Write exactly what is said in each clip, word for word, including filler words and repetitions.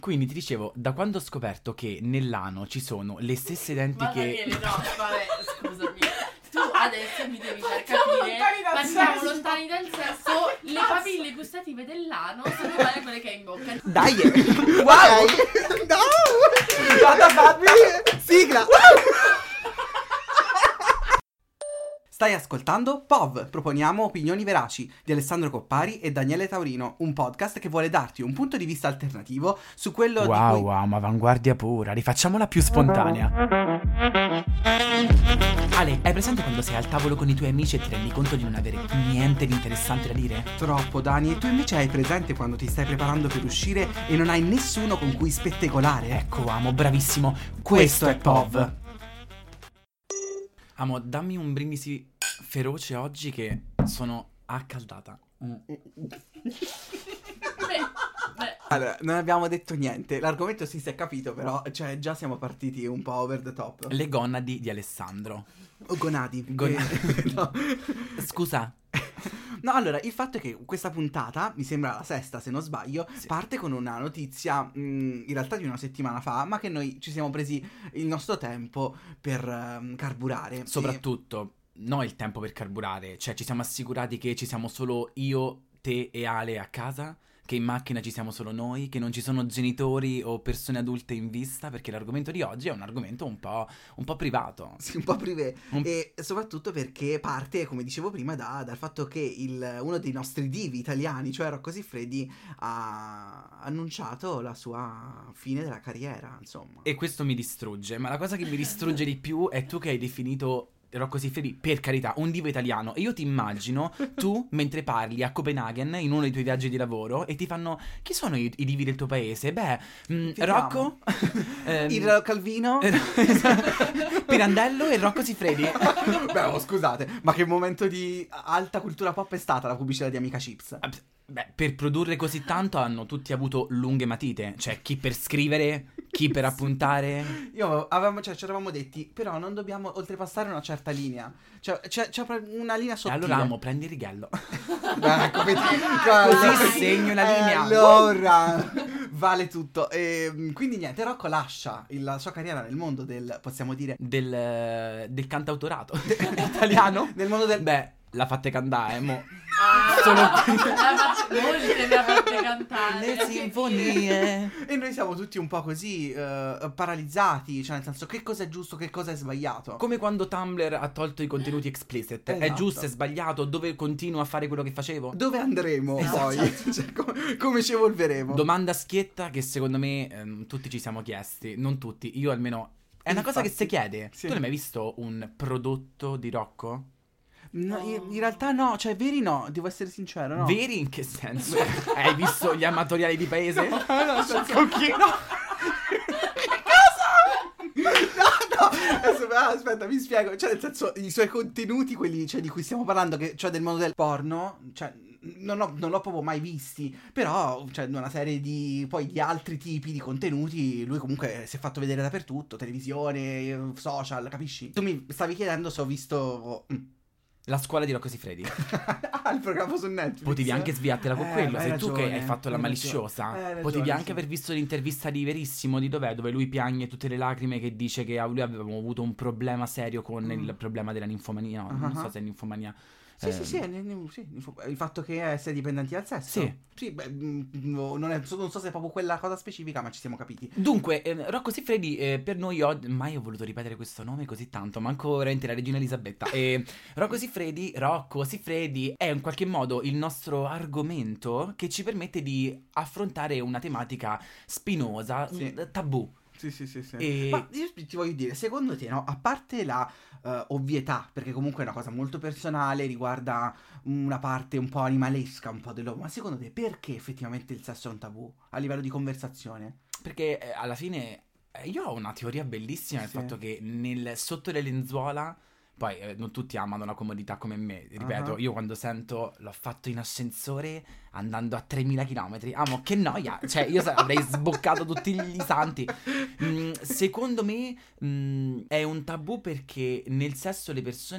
Quindi ti dicevo, da quando ho scoperto che nell'ano ci sono le stesse denti Ma che... Daniele, no, vabbè, scusami. Tu adesso mi devi far capire, ma siamo lontani dal sesso, le papille gustative dell'ano sono uguali a quelle che hai in bocca. Dai! Wow! No! Vada Fabi! Sigla! Stai ascoltando P O V, proponiamo opinioni veraci, di Alessandro Coppari e Daniele Taurino, un podcast che vuole darti un punto di vista alternativo su quello Wow, di cui... wow, ma avanguardia pura, rifacciamola più spontanea. Ale, hai presente quando sei al tavolo con i tuoi amici e ti rendi conto di non avere niente di interessante da dire? Troppo, Dani, e tu invece hai presente quando ti stai preparando per uscire e non hai nessuno con cui spettegolare? Ecco, amo, bravissimo. Questo, Questo è è P O V. P O V. Amo, dammi un brindisi feroce oggi che sono accaldata. Beh, beh. Allora, non abbiamo detto niente, l'argomento sì si è capito, però cioè già siamo partiti un po' over the top. Le gonadi di Alessandro. O gonadi. Gon- Eh, no. Scusa. No, allora, il fatto è che questa puntata, mi sembra la sesta se non sbaglio, Sì. parte con una notizia, mh, in realtà di una settimana fa, ma che noi ci siamo presi il nostro tempo per ehm, carburare. Soprattutto, no il tempo per carburare, cioè ci siamo assicurati che ci siamo solo io, te e Ale a casa, che in macchina ci siamo solo noi, che non ci sono genitori o persone adulte in vista, perché l'argomento di oggi è un argomento un po', un po' privato. Sì, un po' privé. Un- E soprattutto perché parte, come dicevo prima, da- dal fatto che il- uno dei nostri divi italiani, cioè Rocco Siffredi, ha annunciato la sua fine della carriera, insomma. E questo mi distrugge, ma la cosa che mi distrugge di più è tu che hai definito Rocco Siffredi, per carità, un divo italiano. E io ti immagino tu mentre parli a Copenaghen in uno dei tuoi viaggi di lavoro e ti fanno: chi sono i, i divi del tuo paese? Beh, mh, Vediamo. Rocco, ehm, Il Calvino? Pirandello e Rocco Siffredi. Beh, oh, scusate, ma che momento di alta cultura pop è stata la pubblicità di Amica Chips? Beh, per produrre così tanto hanno tutti avuto lunghe matite. Cioè, chi per scrivere, chi per appuntare. Io avevamo, cioè, ci eravamo detti, però non dobbiamo oltrepassare una certa linea. Cioè, c'è, c'è una linea E sottile. allora amo, prendi il righello. Beh, come ti... Così segni una linea. Allora, vale tutto. E, quindi niente, Rocco lascia il- la sua carriera nel mondo del, possiamo dire, Del, del cantautorato italiano. nel mondo del... Beh, la fatte cantare, mo. Ah, Sono- le ha fatte- molte le ha fatte cantare. Le sinfonie. E noi siamo tutti un po' così eh, paralizzati, cioè nel senso che cosa è giusto, che cosa è sbagliato. Come quando Tumblr ha tolto i contenuti explicit. È Esatto. giusto, è sbagliato? Dove continuo a fare quello che facevo? Dove andremo Esatto. poi? Cioè, com- come ci evolveremo? Domanda schietta che secondo me ehm, tutti ci siamo chiesti. Non tutti, io almeno. È una cosa che Infatti, si chiede. sì. Tu l'hai mai visto un prodotto di Rocco? No, in, in realtà no, cioè veri no, devo essere sincero, no. Veri in che senso? Hai visto gli amatoriali di paese? No, no, nel senso- Con chi? No. No, no, adesso, ah, aspetta, mi spiego. Cioè, nel senso, i suoi contenuti, quelli cioè, di cui stiamo parlando, che, cioè del mondo del porno, cioè, non, ho, non l'ho proprio mai visti. Però, cioè, una serie di poi di altri tipi di contenuti, lui comunque si è fatto vedere dappertutto, televisione, social, capisci? Tu mi stavi chiedendo se ho visto mm. La scuola di Rocco Siffredi. Ah, il programma su Netflix. Potevi anche sviartela con Eh, quello. hai Sei tu che ragione, hai fatto la hai maliziosa. ragione, hai ragione, Potevi anche sì. aver visto l'intervista di Verissimo. Di dov'è? Dove lui piagne tutte le lacrime, che dice che a lui avevamo avuto un problema serio con Mm. il problema della ninfomania. No, non Ah. so se è ninfomania. Sì, Eh, sì, sì, ne- ne- sì, il fatto che essere dipendenti dal sesso. Sì. Sì, beh, mm, no, non, è, non so se è proprio quella cosa specifica, ma ci siamo capiti. Dunque, eh, Rocco Siffredi, eh, per noi oggi, mai ho voluto ripetere questo nome così tanto, manco veramente la regina Elisabetta. E Rocco Siffredi, Rocco Siffredi è in qualche modo il nostro argomento che ci permette di affrontare una tematica spinosa, Sì. un tabù. Sì, sì, sì, sì. E- Ma io ti voglio dire, secondo te, no, a parte la eh, ovvietà, perché comunque è una cosa molto personale, riguarda una parte un po' animalesca, un po' dell'uomo, ma secondo te perché effettivamente il sesso è un tabù a livello di conversazione? Perché eh, alla fine eh, io ho una teoria bellissima del Sì. fatto che nel, sotto le lenzuola, poi eh, non tutti amano la comodità come me, ripeto, Ah. io quando sento l'ho fatto in ascensore andando a tremila chilometri, amo, che noia, cioè io sa- avrei sboccato tutti gli santi. Mm, secondo me mm, è un tabù perché nel sesso le persone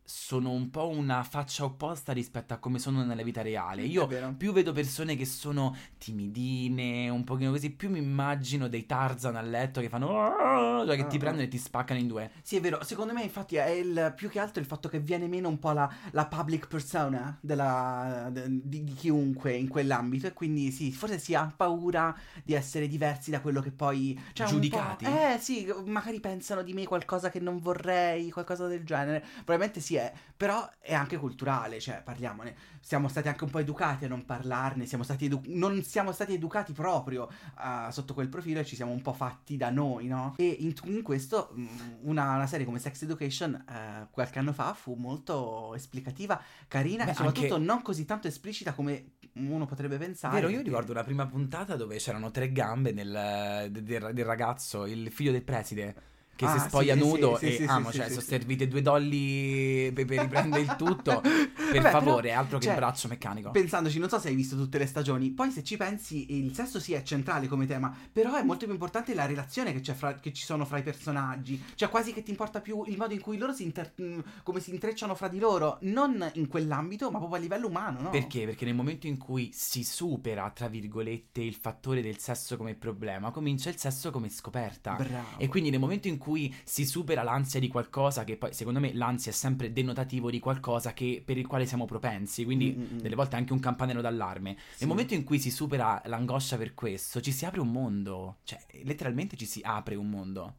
sono un po' una faccia opposta rispetto a come sono nella vita reale. Io È vero. più vedo persone che sono timidine, un pochino così, più mi immagino dei Tarzan a letto che fanno "Ah", cioè che ti Ah, prendono ah. e ti spaccano in due. Sì, è vero, secondo me infatti è il, più che altro il fatto che viene meno un po' la, la public persona della, de- di, di chiunque in quell'ambito, e quindi sì, forse si ha paura di essere diversi da quello che poi... Cioè, un po'- Giudicati? eh sì, magari pensano di me qualcosa che non vorrei, qualcosa del genere, probabilmente sì è, però è anche culturale, cioè parliamone, siamo stati anche un po' educati a non parlarne, siamo stati edu- non siamo stati educati proprio uh, sotto quel profilo, e ci siamo un po' fatti da noi, no? E in, in questo mh, una, una serie come Sex Education uh, qualche anno fa fu molto esplicativa, carina, Beh, e soprattutto anche- non così tanto esplicita come uno potrebbe pensare. Vero, io perché- ricordo una prima puntata dove c'erano tre gambe nel, de- del, del ragazzo, il figlio del preside, che Ah, si spoglia sì, sì, nudo sì, e sì, amo, sì, cioè sì, sono sì. servite due dolly per, per riprendere il tutto. Per Vabbè, favore, però, altro che cioè, il braccio meccanico. Pensandoci, non so se hai visto tutte le stagioni, poi se ci pensi il sesso sì è centrale come tema, però è molto più importante la relazione che, c'è fra, che ci sono fra i personaggi, cioè quasi che ti importa più il modo in cui loro si inter- mh, come si intrecciano fra di loro, non in quell'ambito ma proprio a livello umano, no? Perché? Perché nel momento in cui si supera, tra virgolette, il fattore del sesso come problema, comincia il sesso come scoperta. Bravo. E quindi nel momento in cui si supera l'ansia di qualcosa, che poi secondo me l'ansia è sempre denotativo di qualcosa che, per il quale siamo propensi, quindi Mm-mm. delle volte anche un campanello d'allarme. Sì. Nel momento in cui si supera l'angoscia per questo, ci si apre un mondo, cioè letteralmente ci si apre un mondo.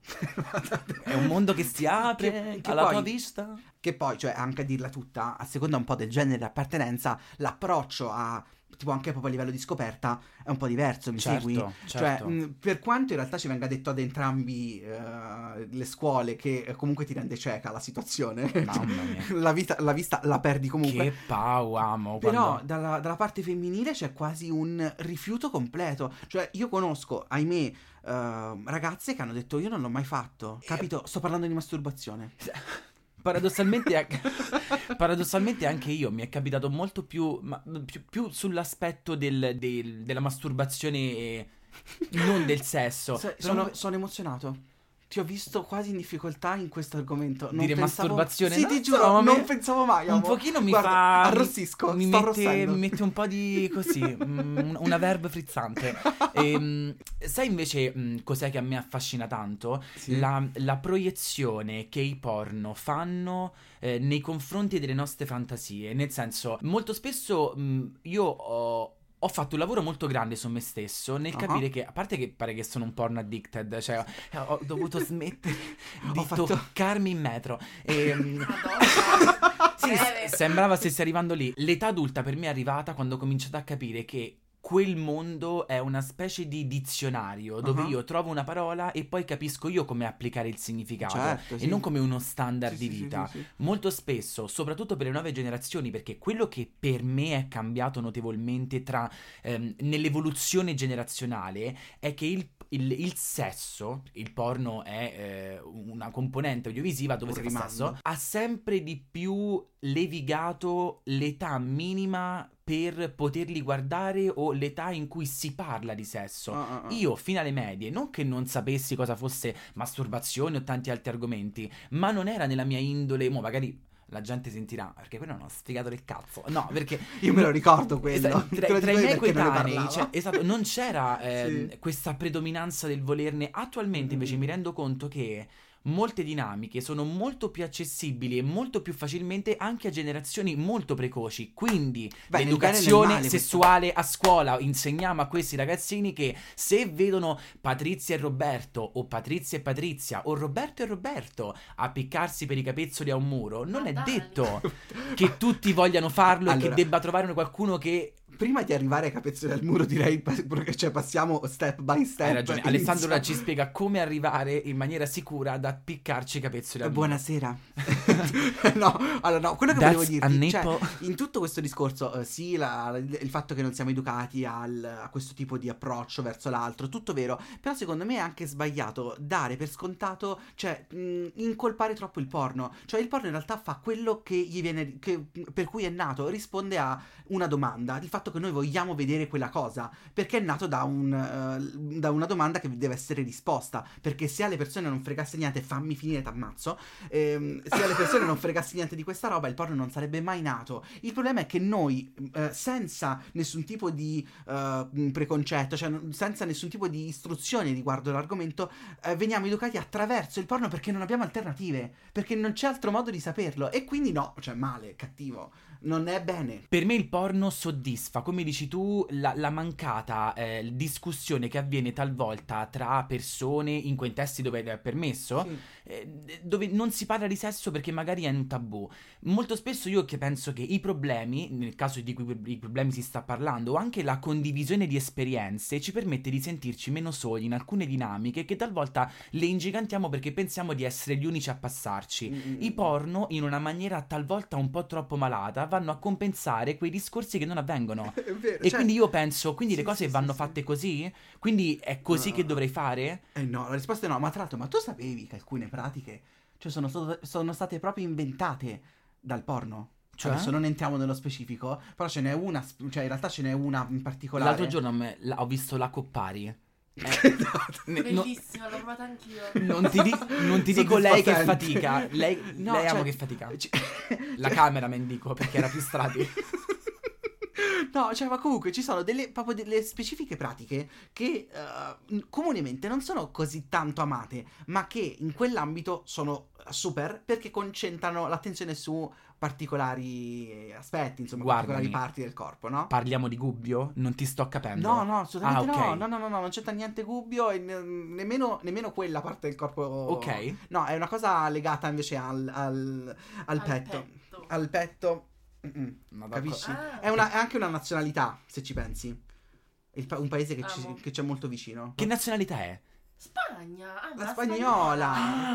È un mondo che si apre Che- che alla poi- tua vista. Che poi, cioè, anche a dirla tutta, a seconda un po' del genere di appartenenza, l'approccio a, tipo anche proprio a livello di scoperta, è un po' diverso, mi Certo, segui? certo. Cioè, mh, per quanto in realtà ci venga detto ad entrambi eh, le scuole che eh, comunque ti rende cieca la situazione, Mamma mia. la, vita- la vista la perdi comunque. Che pau, amo. Però quando- dalla, dalla parte femminile c'è quasi un rifiuto completo. Cioè, io conosco, ahimè, eh, ragazze che hanno detto io non l'ho mai fatto. Capito? Sto parlando di masturbazione. Paradossalmente, anche, paradossalmente anche io mi è capitato molto più, ma, più, più sull'aspetto del- del- della masturbazione e non del sesso. Se- Però sono, sono emozionato. Ti ho visto quasi in difficoltà in questo argomento. Non dire pensavo... masturbazione, Sì, no, ti giuro, no, non mi- pensavo mai. un amo. pochino mi Guarda, fa arrossisco, mi, mi sto mette, arrossendo. mi mette un po' di così mm, una verb frizzante. E, sai invece mm, cos'è che a me affascina tanto? Sì. La, la proiezione che i porno fanno eh, nei confronti delle nostre fantasie. Nel senso, molto spesso mh, io ho, ho fatto un lavoro molto grande su me stesso nel Ah. capire che, a parte che pare che sono un porno addicted, cioè ho dovuto smettere di Ho fatto- toccarmi in metro. E, mh, Madonna. sì, Breve. s- sembrava stessi arrivando lì. L'età adulta per me è arrivata quando ho cominciato a capire che quel mondo è una specie di dizionario dove Uh-huh. io trovo una parola e poi capisco io come applicare il significato Certo, e sì. non come uno standard Sì, di sì, sì, vita. sì, sì. Molto spesso, soprattutto per le nuove generazioni, perché quello che per me è cambiato notevolmente tra ehm, nell'evoluzione generazionale è che il, il- il sesso, il porno è eh, una componente audiovisiva dove Un si fa rimando. sesso, ha sempre di più levigato l'età minima per poterli guardare o l'età in cui si parla di sesso. Ah, ah, ah. Io fino alle medie, non che non sapessi cosa fosse masturbazione o tanti altri argomenti, ma non era nella mia indole, mo magari la gente sentirà, perché quello è uno sfigato del cazzo. No, perché Io me lo ricordo quello. Esatto, Te tra, lo tra dico i io miei perché me ne coetanei, parlava. cioè, esatto, non c'era ehm, Sì. questa predominanza del volerne. Attualmente invece Mm. mi rendo conto che molte dinamiche sono molto più accessibili e molto più facilmente anche a generazioni molto precoci. Quindi Beh, nel l'educazione bene e nel male, sessuale a scuola, insegniamo a questi ragazzini che se vedono Patrizia e Roberto o Patrizia e Patrizia o Roberto e Roberto appiccarsi per i capezzoli a un muro, non Ma è dai. detto che tutti vogliano farlo e Allora- che debba trovare qualcuno che... Prima di arrivare ai capezzoli al muro direi pa- cioè passiamo step by step. Hai ragione, Alessandro ora Iniziamo. ci spiega come arrivare in maniera sicura ad appiccarci i capezzoli al muro. Buonasera. No, allora no, quello che That's volevo a dirti, cioè, nipple. in tutto questo discorso, eh, sì, la- il fatto che non siamo educati al- a questo tipo di approccio verso l'altro, tutto vero, però secondo me è anche sbagliato dare per scontato, cioè mh, incolpare troppo il porno. Cioè il porno in realtà fa quello che gli viene, che- per cui è nato, risponde a una domanda, il fatto fatto che noi vogliamo vedere quella cosa, perché è nato da, un, uh, da una domanda che deve essere risposta, perché se alle persone non fregasse niente, fammi finire t'ammazzo, ehm, se alle persone non fregasse niente di questa roba, il porno non sarebbe mai nato. Il problema è che noi, uh, senza nessun tipo di uh, preconcetto, cioè senza nessun tipo di istruzione riguardo l'argomento, uh, veniamo educati attraverso il porno perché non abbiamo alternative, perché non c'è altro modo di saperlo, e quindi no, cioè male, cattivo, non è bene. Per me il porno soddisfa, come dici tu, la, la mancata eh, discussione che avviene talvolta tra persone in contesti dove è permesso, Sì. eh, dove non si parla di sesso perché magari è un tabù. Molto spesso io che penso che i problemi, nel caso di cui i problemi si sta parlando, o anche la condivisione di esperienze ci permette di sentirci meno soli in alcune dinamiche che talvolta le ingigantiamo perché pensiamo di essere gli unici a passarci. Mm-mm. I porno, in una maniera talvolta un po' troppo malata, vanno a compensare quei discorsi che non avvengono. È vero, E cioè- quindi io penso, quindi Sì, le cose sì, vanno sì, fatte sì. così? Quindi è così No. che dovrei fare? Eh no, la risposta è no, ma tra l'altro, ma tu sapevi che alcune pratiche, cioè sono, sto- sono state proprio inventate dal porno? Cioè? Adesso non entriamo nello specifico, però ce n'è una, sp- cioè in realtà ce n'è una in particolare. L'altro giorno me- la- ho visto la Coppari. Ne- no- Bellissima, l'ho provata anch'io. non ti, di- non ti dico lei che Soddisfacente. fatica. Lei, No, lei amo cioè- che fatica. c- La cioè- cameraman dico perché era più strati. No, cioè, ma comunque ci sono delle proprio delle specifiche pratiche che eh, comunemente non sono così tanto amate, ma che in quell'ambito sono super perché concentrano l'attenzione su particolari aspetti, insomma, Guardami. particolari parti del corpo, no? Parliamo di Gubbio? Non ti sto capendo. No, no, assolutamente Ah, ok. no, no, no, no, no, non c'entra niente Gubbio e ne- nemmeno, nemmeno quella parte del corpo. Ok. No, è una cosa legata invece al, al, al Al petto. petto. Al petto. Mm-mm. Ma Capisci? Ah. È, una- è anche una nazionalità, se ci pensi. Il pa- un paese che, ci, Amo. che c'è molto vicino. Che nazionalità è? Spagna. Ah, La la spagnola.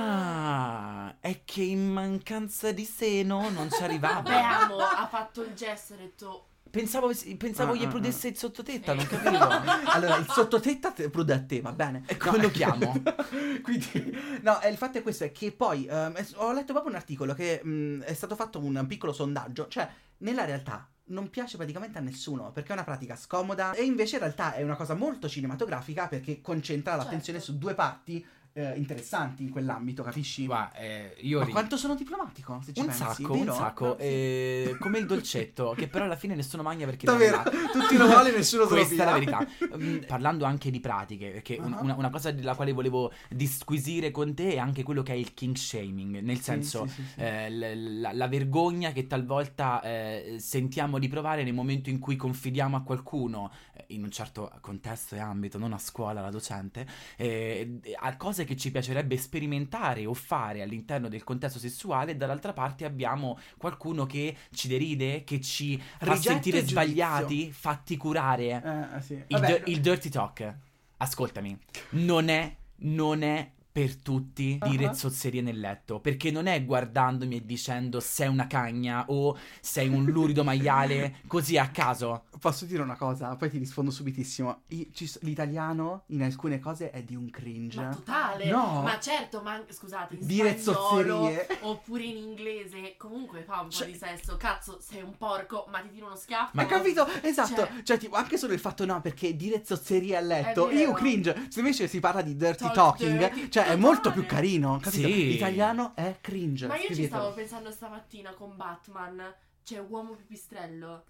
Ah, è che in mancanza di seno non ci arrivava. Vabbè, amo, ha fatto il gesto e ha detto... Pensavo, pensavo Ah, gli ah, prudesse ah. il sottotetta, Eh. non capivo. Allora, il sottotetta te- prude a te, va bene? E come lo chiamo? Quindi, no, eh, il fatto è questo, è che poi ehm, es- ho letto proprio un articolo che mh, è stato fatto un piccolo sondaggio, cioè nella realtà non piace praticamente a nessuno perché è una pratica scomoda e invece in realtà è una cosa molto cinematografica perché concentra l'attenzione Certo. su due parti eh, interessanti in quell'ambito, capisci? Guarda, eh, io Ma ri- quanto sono diplomatico, se ci un pensi, sacco, vero? un sacco. Sì. eh, come il dolcetto, che però alla fine nessuno mangia perché Davvero, non è là. tutti lo vuole, nessuno se lo Questa è la piglia. verità. Mm, parlando anche di pratiche, perché un- Ah. una, una cosa della quale volevo disquisire con te è anche quello che è il king shaming, nel Sì, senso sì, sì, sì. eh, l- la, la vergogna che talvolta eh, sentiamo di provare nel momento in cui confidiamo a qualcuno, eh, in un certo contesto e ambito, non a scuola, la docente, eh, a cose che ci piacerebbe sperimentare o fare all'interno del contesto sessuale, e dall'altra parte abbiamo qualcuno che ci deride, che ci fa Rigetto sentire e giudizio. sbagliati, fatti curare. Eh, eh, sì. Il, Vabbè, dir- il dirty talk, ascoltami, non è, non è per tutti dire Ah. zozzerie nel letto, perché non è guardandomi e dicendo sei una cagna o sei un lurido maiale così a caso. posso dire una cosa? Poi ti rispondo subitissimo. I- ci so- l'italiano in alcune cose è di un cringe. Ma totale. No. Ma certo, ma scusate, in Dire spagnolo zozzerie. oppure in inglese comunque fa un Cioè- po' di sesso. Cazzo, sei un porco, ma ti tiro uno schiaffo. Ma capito? Esatto. Cioè- Cioè, tipo, anche solo il fatto no, perché dire zozzerie a letto, È vero. io cringe. Se invece si parla di dirty Talk talking, dirty, cioè è totale. molto più carino, capito? Sì. L'italiano è cringe. Ma io ci scrivetelo. stavo pensando stamattina con Batman. C'è uomo pipistrello.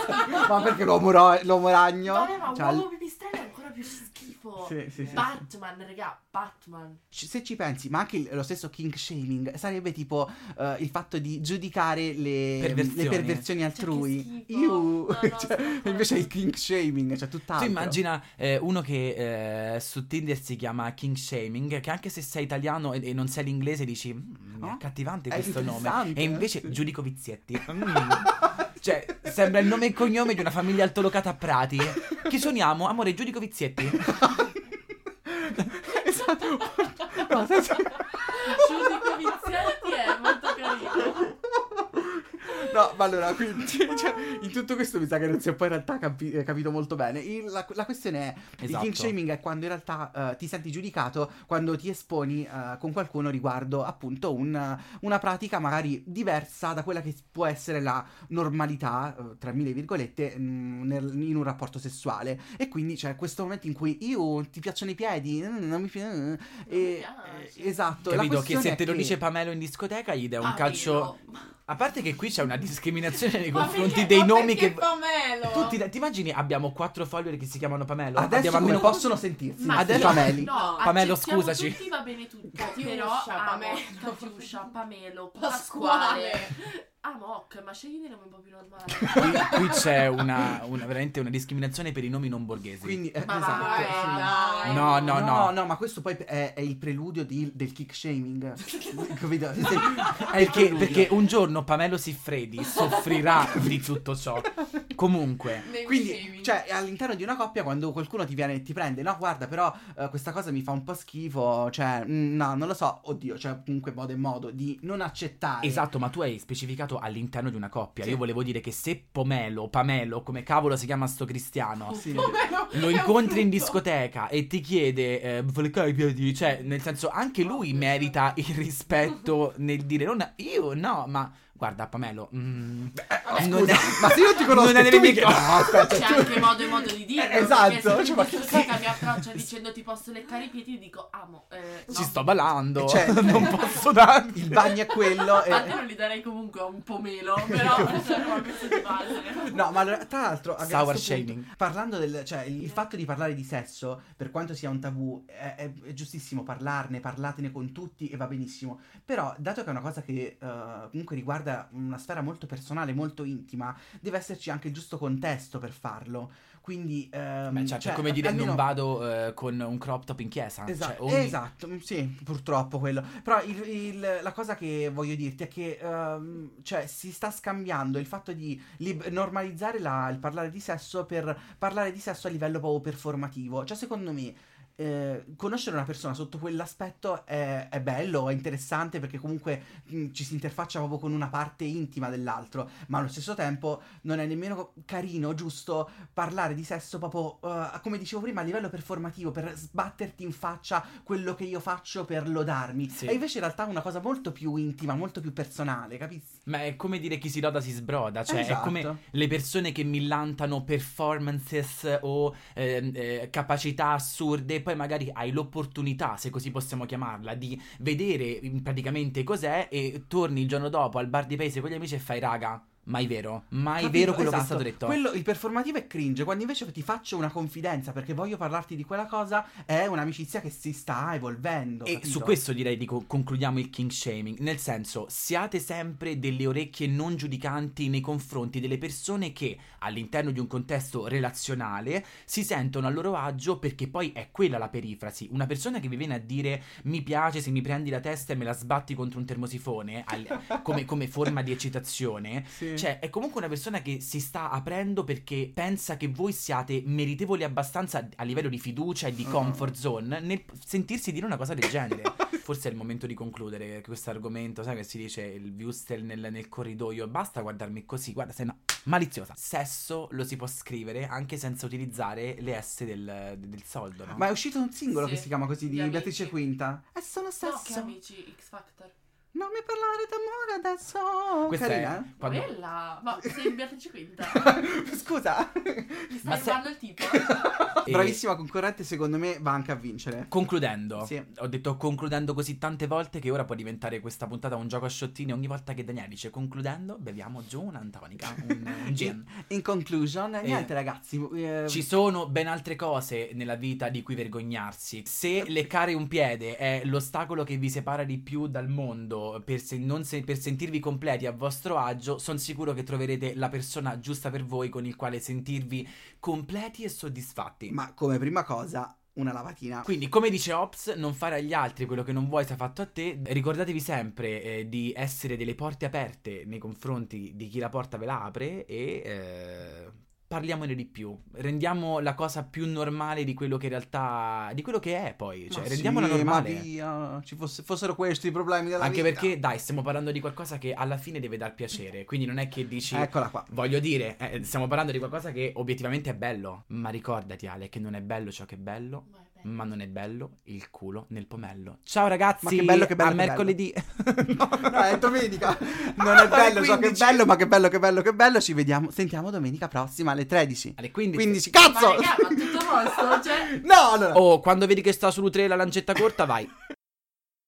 Ma perché l'uomo, ro- l'uomo ragno? Vabbè, ma Cioè, uomo pipistrello è ancora più schifo. Sì, sì, sì, Batman, raga, Batman. ci- se ci pensi, ma anche il- lo stesso kink shaming sarebbe tipo eh, il fatto di giudicare le Perversioni. le perversioni altrui. Cioè, che schifo. Iu. No, no, Cioè, sono d'accordo. invece il kink shaming, cioè tutt'altro. Tu immagina eh, uno che eh, su Tinder si chiama king shaming, che anche se sei italiano e, e non sai l'inglese dici "Mm, è Oh, accattivante è questo nome", interessante, e invece sì. giudico Vizietti. Mm. Cioè, sembra il nome e cognome di una famiglia altolocata a Prati. Chi suoniamo? Amore, giudico Vizietti. Esatto. No, senza- Giudico Vizietti è molto carino. No, ma allora, quindi, cioè, in tutto questo mi sa che non si è poi in realtà capi- capito molto bene. Il- la, la questione è, Esatto. il king shaming è quando in realtà eh, ti senti giudicato quando ti esponi eh, con qualcuno riguardo appunto un, una pratica magari diversa da quella che può essere la normalità, eh, tra mille virgolette, mh, nel- in un rapporto sessuale. E quindi c'è questo momento in cui io ti piacciono i piedi, mm, non mi piace. E, piace. eh, esatto. la Capito? Che questione se è te lo che- dice Pamelo in discoteca gli dai un Pamelo. calcio. A parte che qui c'è una discriminazione nei Ma confronti perché- dei ma nomi perché che. Pamelo? Tutti, ti immagini abbiamo quattro follower che si chiamano Pamelo? Adesso abbiamo come almeno possono sentirsi? Ma Adesso- sì, Pameli. no, Pamelo, accettiamo scusaci. tutti, va bene tutto. Catiuscia, Però amo Pamelo. Catiuscia, Pamelo, Pasquale. Pasquale. Amo Ok, ma scegli dei nomi un po' più normali. Qui, qui c'è una, una veramente una discriminazione per i nomi non borghesi. Quindi, eh, Ma esatto. vai, sì. dai. No, no, no, no. ma questo poi è, è il preludio di- del kick shaming. Capito? È il Perché, preludio. perché un giorno Pamelo Siffredi soffrirà di tutto ciò. Comunque, Name Quindi, shaming. cioè, all'interno di una coppia, quando qualcuno ti viene e ti prende, no, guarda, però eh, questa cosa mi fa un po' schifo, cioè, mm, no, non lo so, oddio, cioè, comunque modo e modo di non accettare. esatto, ma tu hai specificato all'interno di una coppia. Sì. Io volevo dire che se Pomelo, Pamelo, come cavolo si chiama sto cristiano, Sì. Pamelo lo è incontri in un discoteca e ti chiede eh, vuole cavare i piedi, cioè, nel senso, anche lui merita il rispetto nel dire non io, no, ma guarda Pamelo, mm, Eh, non scusa, è- ma se io ti conosco, non è tu nelle mi mie chiedi- No, aspetta, C'è tu- anche modo e modo di dirlo. Eh, esatto, Perché se cioè, ma in che- discoteca mi approccia dicendo ti posso leccare i piedi, io dico amo. Eh, no. ci sto ballando, Cioè, non posso darti. il bagno è quello. A te E... non li darei comunque a un pomelo, però cioè, proprio questo di base. No, ma allora, tra l'altro, a Sour questo punto, shaming. parlando del, cioè, il, il fatto di parlare di sesso, per quanto sia un tabù, è, è- è giustissimo parlarne, parlatene con tutti e va benissimo. Però, dato che è una cosa che eh, comunque riguarda una sfera molto personale, molto intima, deve esserci anche il giusto contesto per farlo. Quindi, ehm, Beh, cioè, cioè, è come dire almeno- non vado eh, con un crop top in chiesa. Esatto, Cioè, ogni- esatto, mm, sì, purtroppo quello. Però il- il- la cosa che voglio dirti è che ehm, cioè, si sta scambiando il fatto di lib- normalizzare la- il parlare di sesso per parlare di sesso a livello proprio performativo. Cioè, secondo me, eh, conoscere una persona sotto quell'aspetto è, è bello, è interessante perché comunque mh, ci si interfaccia proprio con una parte intima dell'altro, ma allo stesso tempo non è nemmeno carino, giusto parlare di sesso proprio, eh, come dicevo prima, a livello performativo, per sbatterti in faccia quello che io faccio per lodarmi. Sì. E invece in realtà è una cosa molto più intima, molto più personale, capisci? Ma è come dire chi si loda si sbroda, cioè Esatto. è come le persone che millantano performances o ehm, eh, capacità assurde, poi magari hai l'opportunità, se così possiamo chiamarla, di vedere mm, praticamente cos'è e torni il giorno dopo al bar di paese con gli amici e fai raga, mai vero, mai Capito? vero quello che è Esatto. stato detto. Quello, il performativo è cringe, quando invece ti faccio una confidenza perché voglio parlarti di quella cosa, è un'amicizia che si sta evolvendo. E capito? su questo direi di co- concludiamo il king shaming, nel senso siate sempre delle orecchie non giudicanti nei confronti delle persone che all'interno di un contesto relazionale si sentono a loro agio, perché poi è quella la perifrasi. Una persona che vi viene a dire mi piace se mi prendi la testa e me la sbatti contro un termosifone al- come, come forma di eccitazione, Sì. cioè è comunque una persona che si sta aprendo perché pensa che voi siate meritevoli abbastanza a livello di fiducia e di Mm. comfort zone nel sentirsi dire una cosa del genere. Forse è il momento di concludere questo argomento, sai che si dice il Wustel nel, nel corridoio, basta guardarmi così, guarda sei no, maliziosa. Sesso lo si può scrivere anche senza utilizzare le S del, del soldo, no? Ma è uscito un singolo Sì, che si chiama così di di Beatrice Amici. Quinta. È solo No, sesso. che amici, X Factor. Non mi parlare d'amore adesso. Questa Carina, è quando... Quella? Ma sei in Beatrice Quinta? eh? Scusa. Mi Ma stai se- rubando il tipo? E- Bravissima concorrente, secondo me va anche a vincere. Concludendo, Sì. ho detto concludendo così tante volte che ora può diventare questa puntata un gioco a sciottini. Ogni volta che Daniele dice concludendo, beviamo giù una tonica, un, un gin. In conclusion, Eh, niente ragazzi. eh, Ci sono ben altre cose nella vita di cui vergognarsi. Se leccare un piede è l'ostacolo che vi separa di più dal mondo per, se- non se- per sentirvi completi a vostro agio, sono sicuro che troverete la persona giusta per voi con il quale sentirvi completi e soddisfatti. Ma come prima cosa, una lavatina. Quindi, come dice Ops, non fare agli altri quello che non vuoi sia fatto a te. Ricordatevi sempre eh, di essere delle porte aperte nei confronti di chi la porta ve la apre e eh, parliamone di più. Rendiamo la cosa più normale di quello che in realtà, di quello che è poi, cioè Ma rendiamola sì, normale. Ma via, ci fosse, fossero questi i problemi della Anche vita. perché, dai, stiamo parlando di qualcosa che alla fine deve dar piacere. Quindi non è che dici, Eccola qua. voglio dire, eh, stiamo parlando di qualcosa che obiettivamente è bello. Ma ricordati, Ale, che non è bello ciò che è bello, Ma è bello. ma non è bello il culo nel pomello. Ciao ragazzi, Ma che bello, che bello, a che mercoledì. no, no, è domenica. Non è bello ciò che è bello, ma che bello, che bello, che bello. Ci vediamo, sentiamo domenica prossima alle tredici. Alle quindici. quindici, Ma cazzo! raga, ma tutto a posto? Cioè... No, allora. Oh, quando vedi che sta sull'utre la lancetta corta, vai.